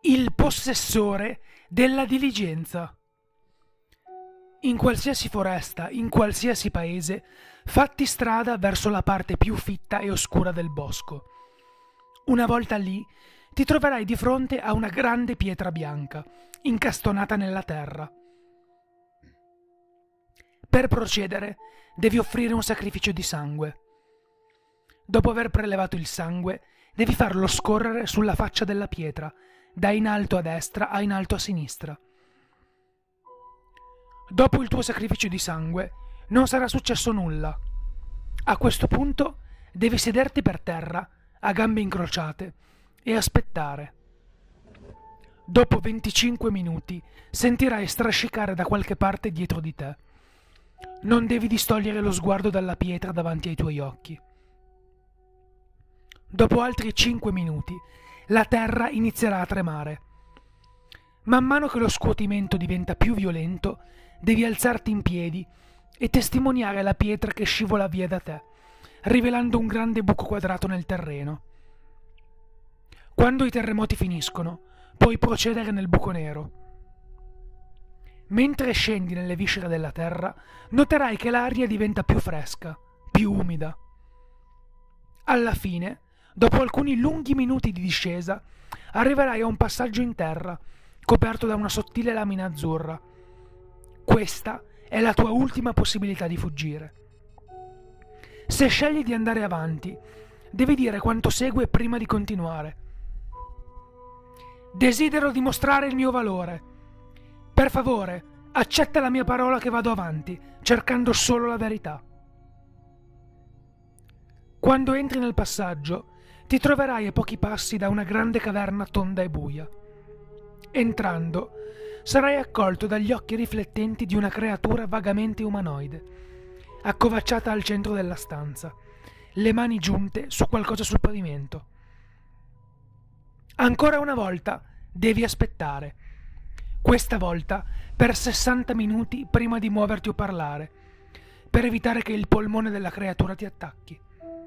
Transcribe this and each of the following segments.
Il possessore della diligenza. In qualsiasi foresta, in qualsiasi paese, fatti strada verso la parte più fitta e oscura del bosco. Una volta lì, ti troverai di fronte a una grande pietra bianca, incastonata nella terra. Per procedere, devi offrire un sacrificio di sangue. Dopo aver prelevato il sangue, devi farlo scorrere sulla faccia della pietra, da in alto a destra a in alto a sinistra. Dopo il tuo sacrificio di sangue, non sarà successo nulla. A questo punto, devi sederti per terra, a gambe incrociate, e aspettare. Dopo 25 minuti, sentirai strascicare da qualche parte dietro di te. Non devi distogliere lo sguardo dalla pietra davanti ai tuoi occhi. Dopo altri 5 minuti, la terra inizierà a tremare. Man mano che lo scuotimento diventa più violento, devi alzarti in piedi e testimoniare la pietra che scivola via da te, rivelando un grande buco quadrato nel terreno. Quando i terremoti finiscono, puoi procedere nel buco nero. Mentre scendi nelle viscere della terra, noterai che l'aria diventa più fresca, più umida. Alla fine, dopo alcuni lunghi minuti di discesa, arriverai a un passaggio in terra, coperto da una sottile lamina azzurra. Questa è la tua ultima possibilità di fuggire. Se scegli di andare avanti, devi dire quanto segue prima di continuare. Desidero dimostrare il mio valore. Per favore, accetta la mia parola che vado avanti, cercando solo la verità. Quando entri nel passaggio, ti troverai a pochi passi da una grande caverna tonda e buia. Entrando, sarai accolto dagli occhi riflettenti di una creatura vagamente umanoide, accovacciata al centro della stanza, le mani giunte su qualcosa sul pavimento. Ancora una volta devi aspettare, questa volta per 60 minuti prima di muoverti o parlare, per evitare che il polmone della creatura ti attacchi.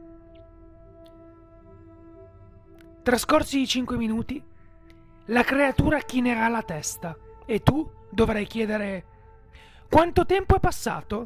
Trascorsi i 5 minuti, la creatura chinerà la testa e tu dovrai chiedere: quanto tempo è passato?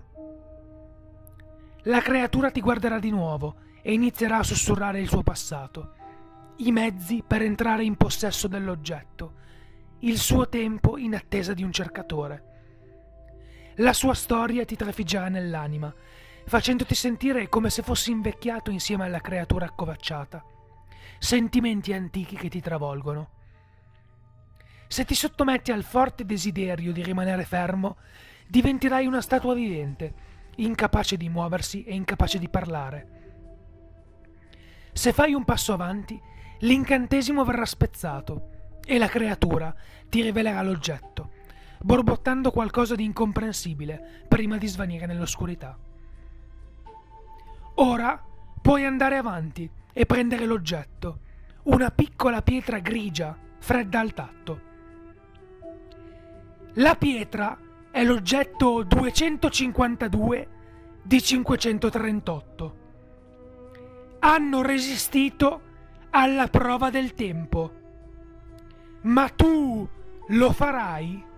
La creatura ti guarderà di nuovo e inizierà a sussurrare il suo passato, i mezzi per entrare in possesso dell'oggetto, il suo tempo in attesa di un cercatore. La sua storia ti trafiggerà nell'anima, facendoti sentire come se fossi invecchiato insieme alla creatura accovacciata. Sentimenti antichi che ti travolgono. Se ti sottometti al forte desiderio di rimanere fermo, diventerai una statua vivente, incapace di muoversi e incapace di parlare. Se fai un passo avanti, l'incantesimo verrà spezzato e la creatura ti rivelerà l'oggetto, borbottando qualcosa di incomprensibile prima di svanire nell'oscurità. Ora puoi andare avanti e prendere l'oggetto, una piccola pietra grigia, fredda al tatto. La pietra è l'oggetto 252 di 538. Hanno resistito alla prova del tempo. Ma tu lo farai?